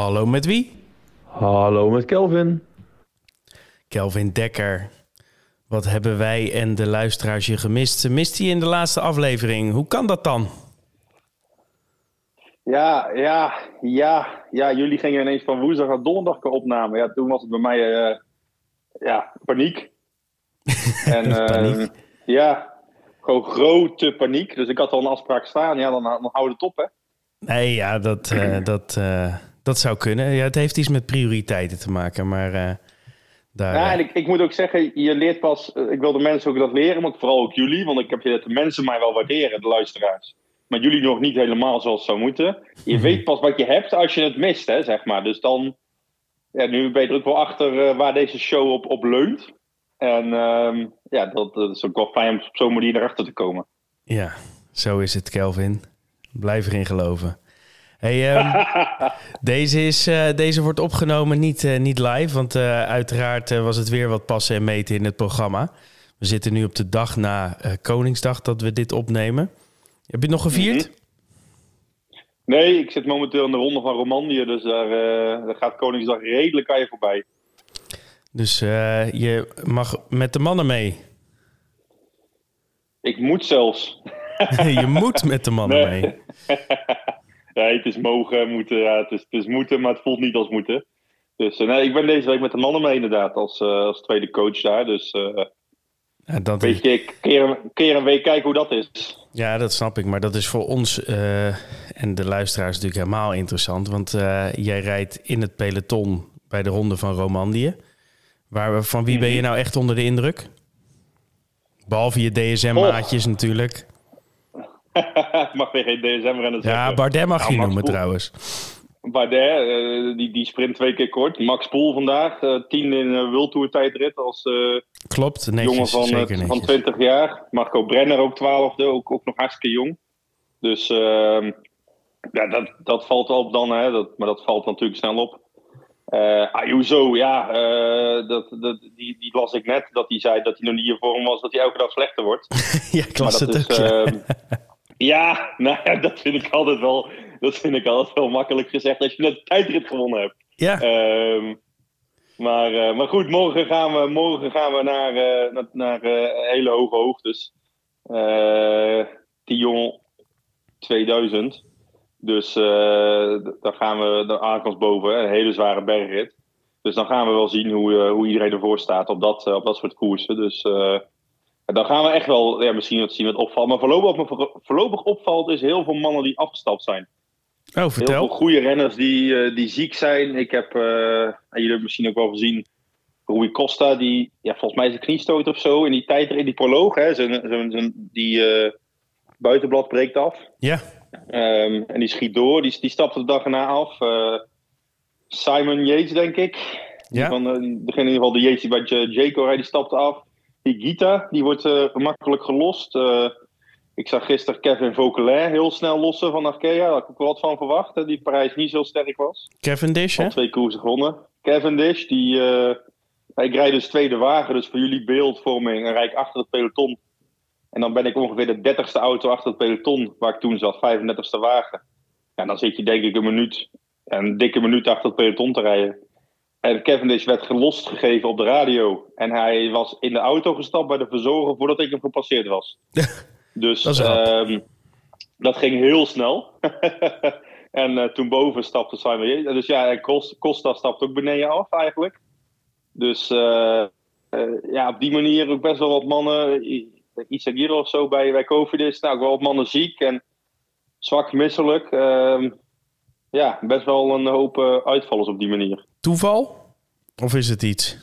Hallo, met wie? Hallo met Kelvin. Kelvin Dekker. Wat hebben wij en de luisteraars je gemist? Mist hij in de laatste aflevering? Hoe kan dat dan? Ja. Jullie gingen ineens van woensdag naar donderdag opnemen. Ja, toen was het bij mij paniek. En Paniek? gewoon grote paniek. Dus ik had al een afspraak staan. Ja, dan houden we het op, hè. Nee, ja, dat zou kunnen. Ja, het heeft iets met prioriteiten te maken, maar daar... Ja, en ik moet ook zeggen, je leert pas... ik wil de mensen ook dat leren, maar vooral ook jullie. Want ik heb dat de mensen mij wel waarderen, de luisteraars. Maar jullie nog niet helemaal zoals het zou moeten. Je weet pas wat je hebt als je het mist, hè, zeg maar. Dus dan... Ja, nu ben je er ook wel achter waar deze show op leunt. En dat is ook wel fijn om op zo'n manier erachter te komen. Ja, zo is het, Kelvin. Blijf erin geloven. Hey, deze wordt opgenomen niet live, want uiteraard was het weer wat passen en meten in het programma. We zitten nu op de dag na Koningsdag dat we dit opnemen. Heb je het nog gevierd? Mm-hmm. Nee, ik zit momenteel in de ronde van Romandie, dus daar gaat Koningsdag redelijk aan je voorbij. Dus je mag met de mannen mee? Ik moet zelfs. Je moet met de mannen mee? Nee, het is mogen, moeten. Ja, het is moeten, maar het voelt niet als moeten. Dus nee, ik ben deze week met de mannen mee inderdaad, als tweede coach daar. Dus weet je, keer een week kijken hoe dat is. Ja, dat snap ik. Maar dat is voor ons en de luisteraars natuurlijk helemaal interessant. Want jij rijdt in het peloton bij de Ronde van Romandie. Van wie ben je nou echt onder de indruk? Behalve je DSM-maatjes natuurlijk. Ik mag weer geen DSM-rennen zeggen. Ja, Bardet mag je noemen trouwens. Bardet, die sprint 2 keer kort. Max Poel vandaag, 10 in een World Tour tijdrit als klopt, netjes, jongen van 20 jaar. Marco Brenner ook 12e, ook nog hartstikke jong. Dus dat valt op dan, hè. Maar dat valt natuurlijk snel op. Ayuso, ja, die las ik net, dat hij zei dat hij nog niet in vorm was, dat hij elke dag slechter wordt. Ja, ik las het ook, ja, nou ja, dat vind ik altijd wel makkelijk gezegd als je net de tijdrit gewonnen hebt. Ja. Maar goed, morgen gaan we naar hele hoge hoogtes. Tion 2000. Dus dan gaan we de aankomst boven, een hele zware bergrit. Dus dan gaan we wel zien hoe iedereen ervoor staat op dat soort koersen. Dus dan gaan we echt wel misschien wat zien wat opvalt. Maar voorlopig opvalt is heel veel mannen die afgestapt zijn. Oh, vertel. Heel veel goede renners die ziek zijn. Ik heb, jullie hebben het misschien ook wel gezien, Rui Costa, die volgens mij zijn kniestoot of zo in die tijdrit, in die proloog, hè, die buitenblad breekt af. Ja. En die schiet door. Die stapte de dag erna af. Simon Yates, denk ik. Ja. Degene in ieder geval, de Yates die bij Jayco rijdt, die stapte af. Die Gita, die wordt gemakkelijk gelost. Ik zag gisteren Kevin Vauquelin heel snel lossen van Arkea. Daar had ik ook wel wat van verwacht. Hè, die Parijs niet zo sterk was. Cavendish, hè? Al 2 koersen gewonnen. Cavendish, ik rijd dus tweede wagen. Dus voor jullie beeldvorming rijd ik achter het peloton. En dan ben ik ongeveer de 30ste auto achter het peloton, waar ik toen zat, 35ste wagen. En dan zit je denk ik een dikke minuut achter het peloton te rijden. En Cavendish werd gelost gegeven op de radio. En hij was in de auto gestapt bij de verzorger voordat ik hem gepasseerd was. Dus dat ging heel snel. En toen boven stapte Simon Yates. Dus ja, Costa stapt ook beneden af eigenlijk. Dus op die manier ook best wel wat mannen... Isagiro of zo bij Cofidis. Nou, ook wel wat mannen ziek en zwak misselijk. Best wel een hoop uitvallers op die manier. Toeval? Of is het iets?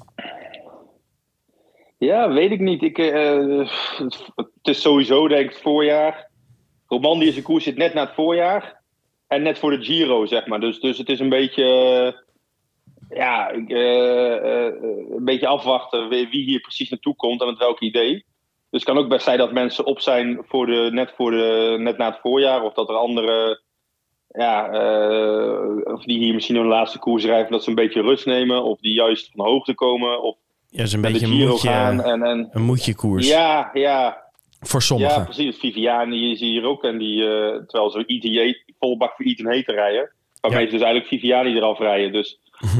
Ja, weet ik niet. Het is sowieso, denk ik, het voorjaar. Romandie is een koers zit net na het voorjaar. En net voor de Giro, zeg maar. Dus het is een beetje... een beetje afwachten wie hier precies naartoe komt en met welk idee. Dus het kan ook best zijn dat mensen op zijn net na het voorjaar. Of dat er andere... of die hier misschien hun laatste koers rijden, dat ze een beetje rust nemen. Of die juist van hoogte komen. Of ja, is een beetje een moedje koers. Ja. Voor sommigen. Ja, precies. Viviani is hier ook. En die, terwijl ze volle bak voor Eaton Heet te rijden. Waarmee Ja. ze dus eigenlijk Viviani eraf rijden. Dus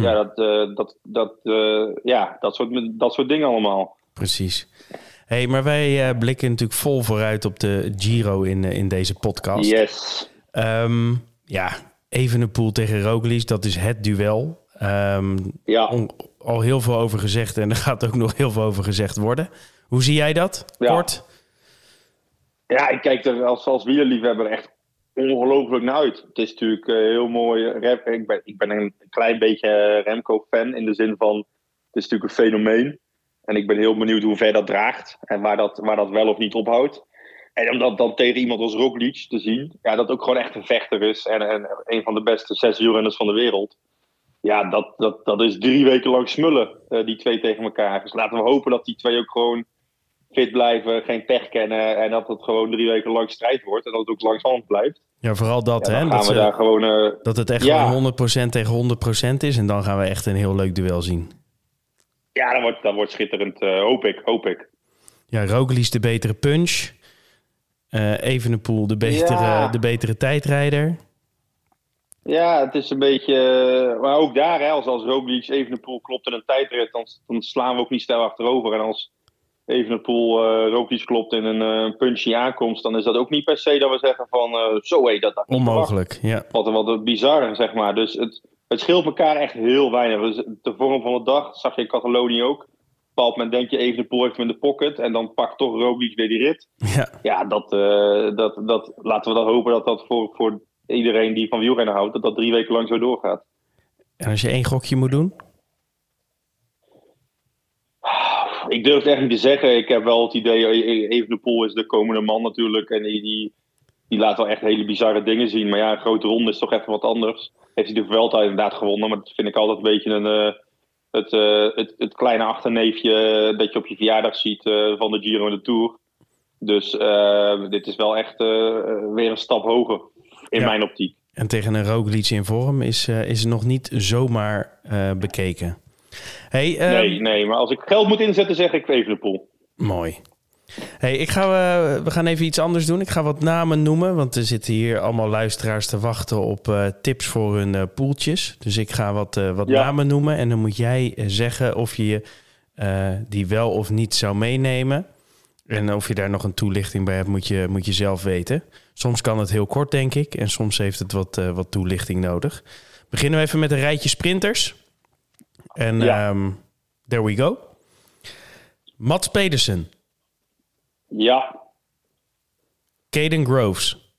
dat soort dingen allemaal. Precies. Hey, maar wij blikken natuurlijk vol vooruit op de Giro in deze podcast. Yes. Evenepoel tegen Roglic, dat is het duel. Al heel veel over gezegd en er gaat ook nog heel veel over gezegd worden. Hoe zie jij dat? Ja. Kort? Ja, ik kijk er als wielerliefhebber echt ongelooflijk naar uit. Het is natuurlijk heel mooi. Ik ben een klein beetje Remco-fan in de zin van... Het is natuurlijk een fenomeen. En ik ben heel benieuwd hoe ver dat draagt. En waar dat wel of niet ophoudt. En om dat dan tegen iemand als Roglic te zien... Ja, dat ook gewoon echt een vechter is. En een van de beste 6 wielrenners van de wereld. Ja, dat is 3 weken lang smullen. Die twee tegen elkaar. Dus laten we hopen dat die twee ook gewoon... fit blijven, geen pech kennen en dat het gewoon 3 weken lang strijd wordt en dat het ook langzaam blijft. Ja, vooral dat, ja, hè? Dat het echt gewoon 100% tegen 100% is en dan gaan we echt een heel leuk duel zien. Ja, dat wordt schitterend, hoop ik. Ja, Roglic de betere punch. Evenepoel de betere tijdrijder. Ja, het is een beetje... maar ook daar, hè, als Roglic Evenepoel klopt in een tijdrit, dan slaan we ook niet snel achterover. En als Evenepoel Roglic klopt in een punchy aankomst, dan is dat ook niet per se dat we zeggen van dat onmogelijk, ja. Wat bizar, zeg maar. Dus het scheelt elkaar echt heel weinig. Dus de vorm van de dag zag je in Catalonië ook. Op een bepaald moment denk je Evenepoel heeft hem in de pocket en dan pakt toch Roglic weer die rit. Ja, laten we dan hopen dat voor iedereen die van wielrennen houdt, dat 3 weken lang zo doorgaat. En als je 1 gokje moet doen? Ik durf het echt niet te zeggen. Ik heb wel het idee, Evenepoel is de komende man natuurlijk. En die laat wel echt hele bizarre dingen zien. Maar ja, een grote ronde is toch even wat anders. Heeft hij de Vuelta inderdaad gewonnen. Maar dat vind ik altijd een beetje het kleine achterneefje dat je op je verjaardag ziet van de Giro en de Tour. Dus dit is wel echt weer een stap hoger in mijn optiek. En tegen een Roglic in vorm is nog niet zomaar bekeken. Hey, nee, maar als ik geld moet inzetten, zeg ik Evenepoel. Mooi. Hey, we gaan even iets anders doen. Ik ga wat namen noemen, want er zitten hier allemaal luisteraars te wachten op tips voor hun poeltjes. Dus ik ga wat namen noemen en dan moet jij zeggen of je die wel of niet zou meenemen. En of je daar nog een toelichting bij hebt, moet je zelf weten. Soms kan het heel kort, denk ik, en soms heeft het wat toelichting nodig. Beginnen we even met een rijtje sprinters. En there we go. Mats Pedersen. Ja. Caden Groves.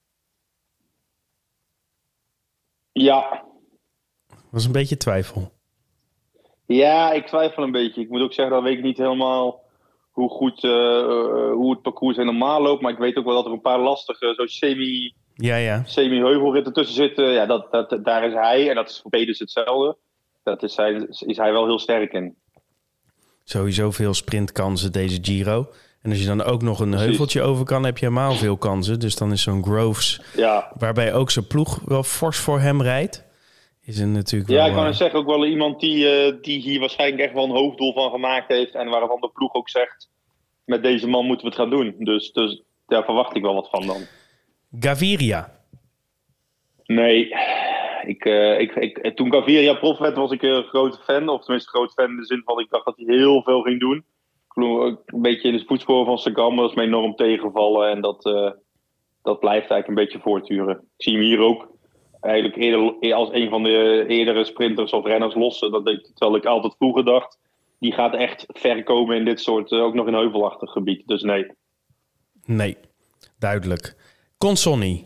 Ja. Was een beetje twijfel. Ja, ik twijfel een beetje. Ik moet ook zeggen, dat weet ik niet helemaal hoe goed hoe het parcours helemaal loopt. Maar ik weet ook wel dat er een paar lastige, zo semi-heuvelritten tussen zitten. Ja, daar is hij. En dat is voor Pedersen hetzelfde. Dat is hij wel heel sterk in. Sowieso veel sprintkansen deze Giro. En als je dan ook nog een heuveltje over kan, heb je helemaal veel kansen. Dus dan is zo'n Groves, waarbij ook zijn ploeg wel fors voor hem rijdt, is er natuurlijk wel... Ja, ik kan zeggen, ook wel iemand die hier waarschijnlijk echt wel een hoofddoel van gemaakt heeft. En waarvan de ploeg ook zegt, met deze man moeten we het gaan doen. Dus daar verwacht ik wel wat van dan. Gaviria. Nee, toen Gaviria prof werd, was ik een grote fan. Of tenminste een grote fan in de zin van, ik dacht dat hij heel veel ging doen. Een beetje in de voetsporen van Sagan, dat is me enorm tegengevallen. En dat blijft eigenlijk een beetje voortduren. Ik zie hem hier ook eigenlijk eerder als een van de eerdere sprinters of renners lossen. Terwijl ik altijd vroeger dacht, die gaat echt ver komen in dit soort, ook nog in heuvelachtig gebied. Dus nee. Nee, duidelijk. Consonni.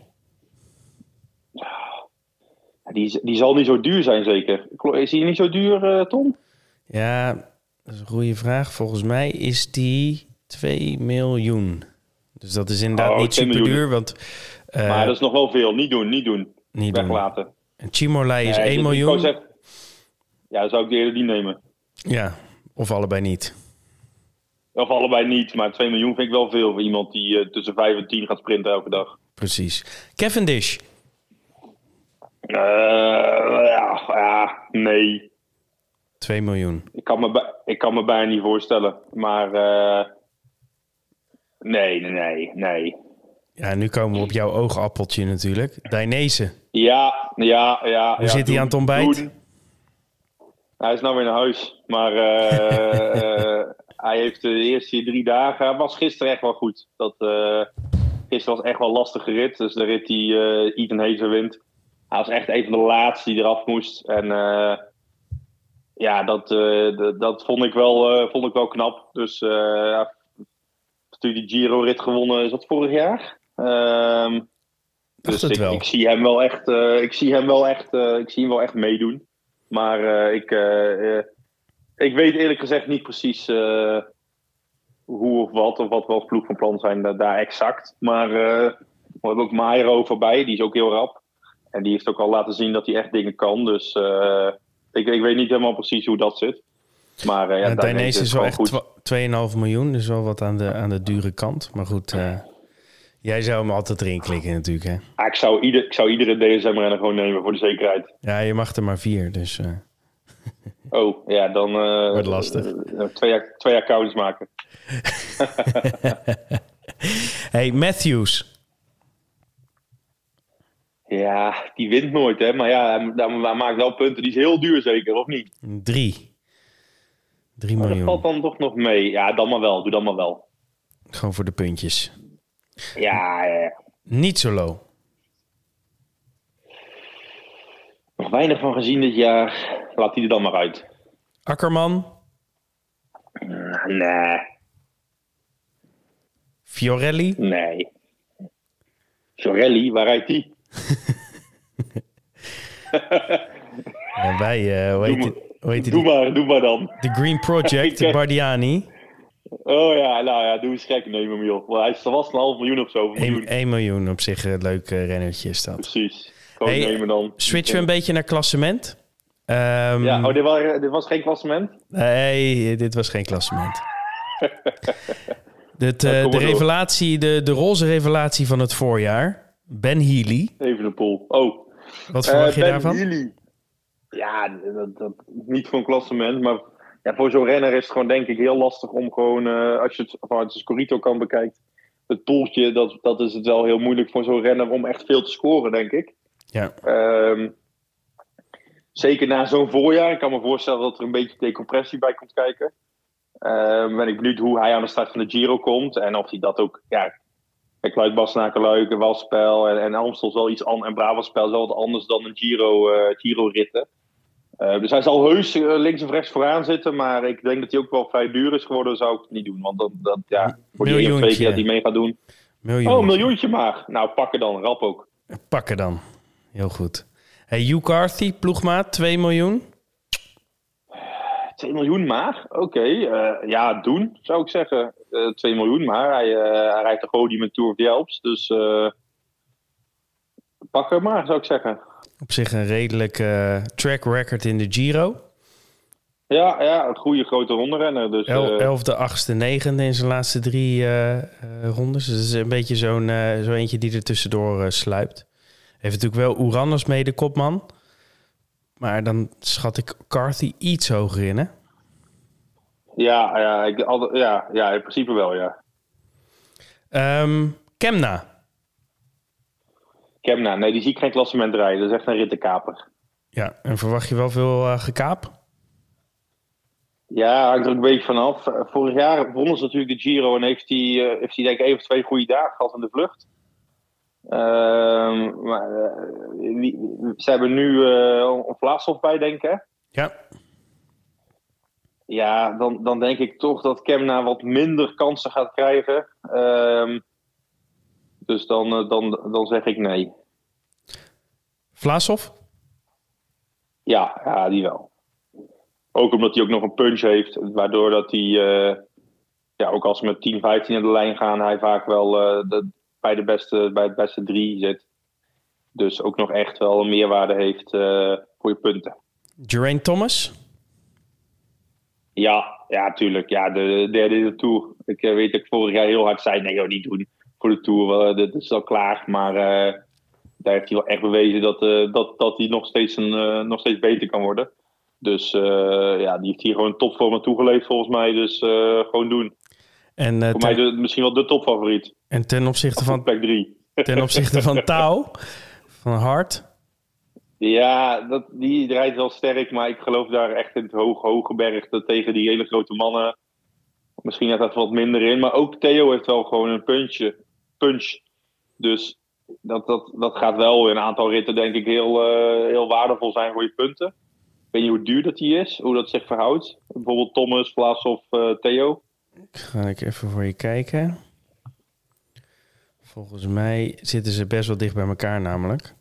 Die zal niet zo duur zijn zeker. Is hij niet zo duur, Tom? Ja, dat is een goede vraag. Volgens mij is die 2 miljoen. Dus dat is inderdaad niet super duur. Want, maar dat is nog wel veel. Niet doen. Weglaten. En Chimolai is 1 miljoen. Dan zou ik de eerder die nemen. Ja, of allebei niet. Of allebei niet, maar 2 miljoen vind ik wel veel voor iemand die tussen 5 en 10 gaat sprinten elke dag. Precies. Cavendish. Nee. 2 miljoen. Ik kan me bijna niet voorstellen. Maar nee. Ja, nu komen we op jouw oogappeltje natuurlijk. Dainese. Ja. Hoe zit hij aan het ontbijt? Hij is nou weer naar huis. Maar hij heeft de eerste 3 dagen... was gisteren echt wel goed. Gisteren was echt wel een lastige rit. Dus de rit die Ethan Hazer wint. Hij was echt een van de laatste die eraf moest. En dat vond ik wel knap. Dus die Giro-rit gewonnen, is dat vorig jaar? Dus ik zie hem wel echt, ik zie hem wel echt meedoen. Maar ik weet eerlijk gezegd niet precies hoe of wat wel ploeg van plan zijn daar exact. Maar we hebben ook Mairo voorbij, die is ook heel rap. En die heeft ook al laten zien dat hij echt dingen kan. Dus ik weet niet helemaal precies hoe dat zit. Maar Dainese is wel echt 2,5 miljoen. Dus wel wat aan de dure kant. Maar goed, jij zou hem altijd erin klikken natuurlijk, hè? Ik zou iedere DSM-renner gewoon nemen voor de zekerheid. Ja, je mag er maar 4, dus... Oh, ja, dan... wordt lastig. 2 accounts maken. Hey, Matthews. Ja, die wint nooit, hè. Maar ja, hij maakt wel punten. Die is heel duur zeker, of niet? 3 miljoen. Dat valt dan toch nog mee. Ja, dan maar wel. Doe dan maar wel. Gewoon voor de puntjes. Ja. Niet zo low. Nog weinig van gezien dit jaar. Laat die er dan maar uit. Akkerman. Nee. Fiorelli. Nee. Fiorelli, waar rijdt die? Ja, wij, doe maar dan. The Green Project, Bardiani. Oh ja, nou ja, doe eens gek, neem hem joh. Hij was 1,5 miljoen of zo. 1 miljoen op zich, een leuk rennertje is dat. Precies. Gewoon nemen dan. Switchen we een beetje naar klassement. Dit was geen klassement? Nee, dit was geen klassement. De revelatie, de roze revelatie van het voorjaar. Ben Healy. Evenepoel. Oh. Wat verwacht je daarvan? Healy. Ja, dat niet voor een klassement, maar ja, voor zo'n renner is het gewoon denk ik heel lastig om gewoon, als je het vanuit de Scorito kan bekijkt, het poeltje, dat is het wel heel moeilijk voor zo'n renner om echt veel te scoren, denk ik. Ja. Zeker na zo'n voorjaar. Ik kan me voorstellen dat er een beetje decompressie bij komt kijken. Ben ik benieuwd hoe hij aan de start van de Giro komt. En of hij dat ook... Ja, kijk, Luik, Bastenaken, Luik, Walspel en Amstel is wel iets anders. En Brabantspel is wel wat anders dan een Giro-ritten. Dus hij zal heus links of rechts vooraan zitten. Maar ik denk dat hij ook wel vrij duur is geworden. Zou ik het niet doen. Want voor die 1 of 2 keer dat hij mee gaat doen. Een miljoentje maar. Nou, pakken dan. Rap ook. Pakken dan. Heel goed. Hey, Hugh Carthy, ploegmaat, 2 miljoen. 2 miljoen maar? Oké. Ja, doen, zou ik zeggen. 2 miljoen maar. Hij rijdt de Godi met Tour of the Alps. Dus pakken maar, zou ik zeggen. Op zich een redelijk track record in de Giro. Ja, een goede grote ronderenner. Dus, 11e, 8e, 9e in zijn laatste 3 rondes. Dus het is een beetje zo eentje die er tussendoor sluipt. Heeft natuurlijk wel Uran als mede kopman. Maar dan schat ik Carthy iets hoger in, hè? Ja, in principe wel, ja. Kemna, nee, die zie ik geen klassement rijden. Dat is echt een rittenkaper. Ja, en verwacht je wel veel gekaap? Ja, hangt er ook een beetje vanaf. Vorig jaar wonnen ze natuurlijk de Giro en heeft hij denk ik 1 of 2 goede dagen gehad in de vlucht. Ze hebben nu een Vlaashoff bij, denk ik. Ja. Ja, dan denk ik toch dat Kemna wat minder kansen gaat krijgen. Dus dan zeg ik nee. Vlaashoff? Ja, die wel. Ook omdat hij ook nog een punch heeft. Waardoor dat hij, ook als ze met 10, 15 aan de lijn gaan, hij vaak wel bij het beste 3 zit. Dus ook nog echt wel een meerwaarde heeft voor je punten. Geraint Thomas? Ja, tuurlijk. Ja, de derde in de Tour. Ik weet dat ik vorig jaar heel hard zei, nee joh, niet doen voor de Tour. Dat is al klaar. Maar daar heeft hij wel echt bewezen dat hij nog steeds beter kan worden. Dus die heeft hier gewoon topvorm aan toegeleefd volgens mij. Dus gewoon doen. En, voor mij misschien wel de topfavoriet. En ten opzichte van... Plek 3. Ten opzichte van Tao, van Hart. Ja, die rijdt wel sterk, maar ik geloof daar echt in het hoge berg tegen die hele grote mannen. Misschien gaat dat wat minder in, maar ook Theo heeft wel gewoon een punch. Dus dat gaat wel in een aantal ritten denk ik heel waardevol zijn voor je punten. Ik weet niet hoe duur dat die is, hoe dat zich verhoudt. Bijvoorbeeld Thomas, Vlasov, Theo. Ga ik even voor je kijken. Volgens mij zitten ze best wel dicht bij elkaar namelijk.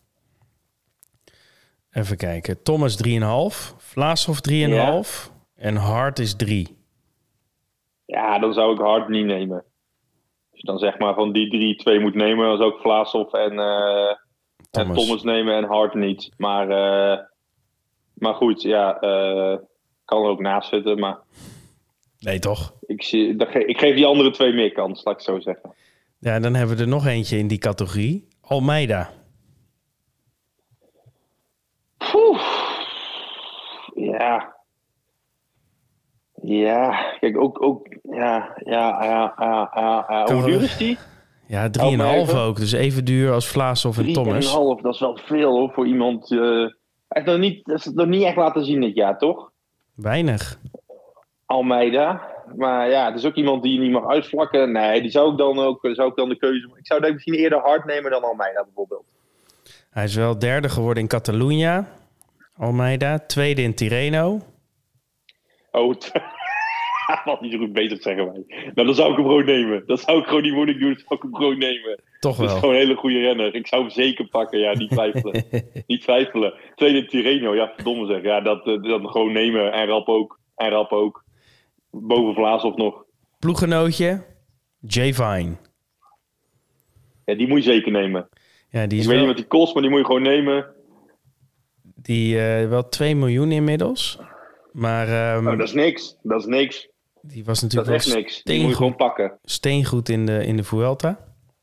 Even kijken. Thomas 3,5. Vlasov 3,5. En Hart is 3. Ja, dan zou ik Hart niet nemen. Als je dan zeg maar van die 2 moet nemen, dan zou ik Vlasov en Thomas nemen en Hart niet. Maar goed, ja, kan er ook naast zitten. Maar nee, toch? Ik geef die andere 2 meer kans, laat ik het zo zeggen. Ja, dan hebben we er nog eentje in die categorie. Almeida. Ja. Ja, kijk, ook ja. Hoe duur is die? Ja, 3,5 ook. Dus even duur als Vlasov en Thomas. 3,5, dat is wel veel hoor, voor iemand. Hij heeft nog niet echt laten zien dit jaar, toch? Weinig. Almeida. Maar ja, het is ook iemand die je niet mag uitvlakken. Nee, die zou ik dan de keuze... Ik zou denk misschien eerder Hart nemen dan Almeida bijvoorbeeld. Hij is wel 3e geworden in Catalunya. Almeida. 2e in Tirreno. Oh, wat niet zo goed bezig zeggen wij. Nou, dan zou ik hem gewoon nemen. Dat zou ik gewoon niet moeilijk doen. Dan zou ik hem gewoon nemen. Toch wel. Dat is gewoon een hele goede renner. Ik zou hem zeker pakken. Ja, niet twijfelen. Niet twijfelen. 2e in Tirreno. Ja, verdomme zeg. Ja, dat gewoon nemen. En Rap ook. Boven Vlasov nog. Ploeggenootje. Jay Vine. Ja, die moet je zeker nemen. Ja, die is ik weet niet wat die kost, maar die moet je gewoon nemen. Die wel 2 miljoen inmiddels. Maar dat is niks. Dat is niks. Die was natuurlijk dat is echt niks. Die moet je gewoon pakken. Steengoed in de Vuelta.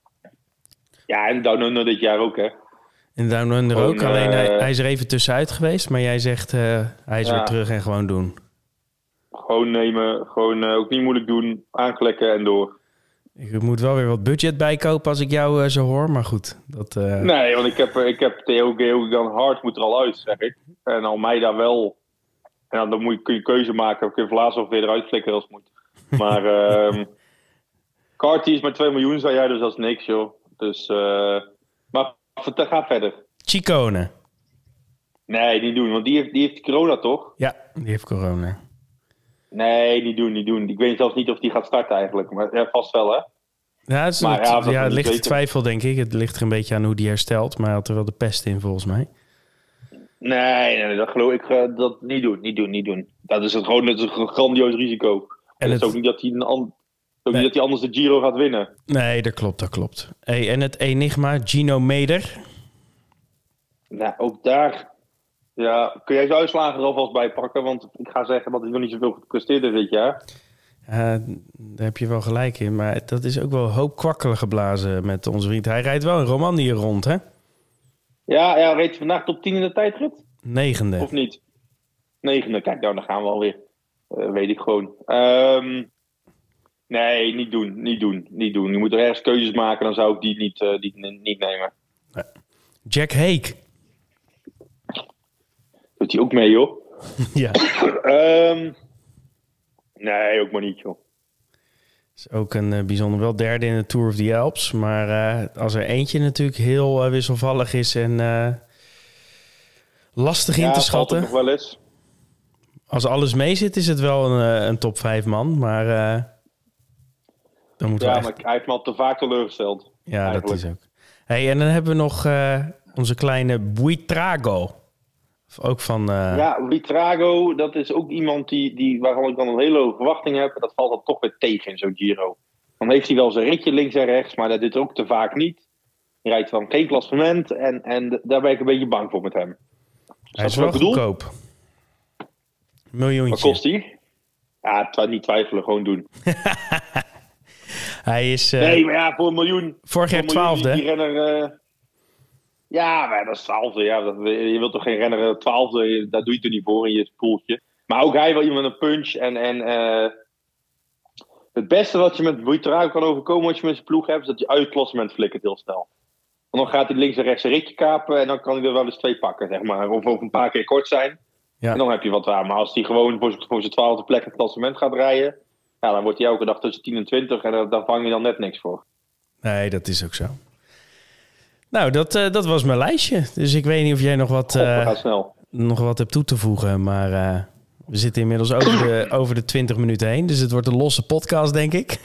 Ja, en Down Under dit jaar ook, hè. In Down Under ook. Alleen hij is er even tussenuit geweest. Maar jij zegt hij is weer terug en gewoon doen. Gewoon nemen. Gewoon ook niet moeilijk doen. Aanklekken en door. Ik moet wel weer wat budget bijkopen als ik jou zo hoor. Maar goed. Nee, want ik heb Theo Geoghegan Hart moet er al uit, zeg ik. En Almeida wel. En dan kun je keuze maken. Kun je Vlasov weer eruit flikkeren als het moet. Maar Carty is maar 2 miljoen, zei jij. Dus dat is niks, joh. Dus, maar ga verder. Ciccone. Nee, niet doen. Want die heeft corona, toch? Ja, die heeft corona. Nee, niet doen. Ik weet zelfs niet of die gaat starten eigenlijk. Maar ja, vast wel, hè? Ja, het ligt in twijfel, denk ik. Het ligt er een beetje aan hoe die herstelt. Maar hij had er wel de pest in, volgens mij. Nee, dat geloof ik. Dat niet doen. Dat is een grandioos risico. En het is ook niet dat hij anders de Giro gaat winnen. Nee, dat klopt. Hey, en het enigma, Gino Meder. Nou, ook daar... Ja, kun jij zijn uitslagen er alvast bij pakken? Want ik ga zeggen dat hij nog niet zoveel gepresteerd heeft dit jaar. Daar heb je wel gelijk in. Maar dat is ook wel een hoop kwakkelen geblazen met onze vriend. Hij rijdt wel in Romandie rond, hè? Ja, reed hij vandaag top 10 in de tijdrit? 9e. Of niet? 9e, kijk, nou, dan gaan we alweer. Weet ik gewoon. Nee, niet doen. Je moet er ergens keuzes maken, dan zou ik die niet nemen. Jack Haig. Doet hij ook mee, joh? Ja. Nee, ook maar niet, joh. Is ook een bijzonder, wel 3e in de Tour of the Alps. Maar als er eentje natuurlijk heel wisselvallig is en lastig in te schatten. Nog wel eens. Als alles mee zit, is het wel een top 5 man. Maar dan moeten we maar hij heeft me al te vaak teleurgesteld. Ja, eigenlijk. Dat is ook. Hey, en dan hebben we nog onze kleine Buitrago. Ook van... Ja, Buitrago, dat is ook iemand waarvan ik dan een hele hoge verwachting heb. En dat valt dan toch weer tegen in zo'n Giro. Dan heeft hij wel zijn ritje links en rechts, maar dat doet er ook te vaak niet. Hij rijdt dan geen klassement en daar ben ik een beetje bang voor met hem. Hij is wel goedkoop. Miljoentje. Wat kost hij? Ja, niet twijfelen, gewoon doen. Hij is... nee, maar ja, voor 1 miljoen... Vorig jaar 12e. Die renner... Ja, maar dat is 12e. Ja, je wilt toch geen renner 12e? Daar doe je het er niet voor in je poeltje. Maar ook hij wel iemand met een punch. En Het beste wat je met Buitrago kan overkomen als je met zijn ploeg hebt, is dat hij uit het klassement flikkert heel snel. Want dan gaat hij links en rechts een ritje kapen en dan kan hij er wel eens 2 pakken, zeg maar. Of een paar keer kort zijn. Ja. En dan heb je wat aan. Maar als hij gewoon voor zijn 12e plek het klassement gaat rijden, ja, dan wordt hij elke dag tussen 10 en 20 en daar vang je dan net niks voor. Nee, dat is ook zo. Nou, dat was mijn lijstje. Dus ik weet niet of jij nog wat hebt toe te voegen. Maar we zitten inmiddels over de 20 minuten heen. Dus het wordt een losse podcast, denk ik.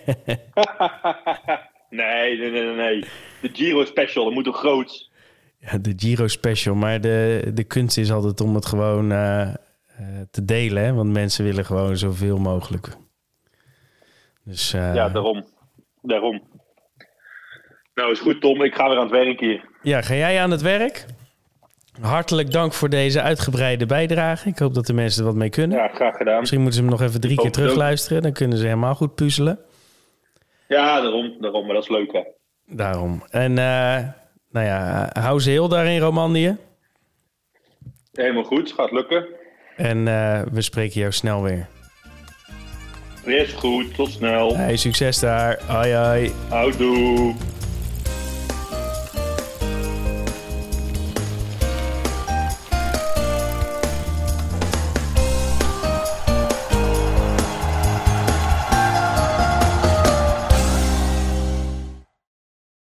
Nee. De Giro Special, dat moet toch groots? Ja, de Giro Special. Maar de kunst is altijd om het gewoon te delen. Hè? Want mensen willen gewoon zoveel mogelijk. Dus, ja, daarom. Nou, is goed, Tom. Ik ga weer aan het werk hier. Ja, ga jij aan het werk? Hartelijk dank voor deze uitgebreide bijdrage. Ik hoop dat de mensen er wat mee kunnen. Ja, graag gedaan. Misschien moeten ze hem nog even 3 keer terugluisteren. Dan kunnen ze helemaal goed puzzelen. Ja, daarom. Maar dat is leuk, hè. Daarom. En nou ja, hou ze heel daar in Romandie. Helemaal goed. Gaat lukken. En we spreken jou snel weer. Is goed. Tot snel. Hey, succes daar. Hoi. Houdoe.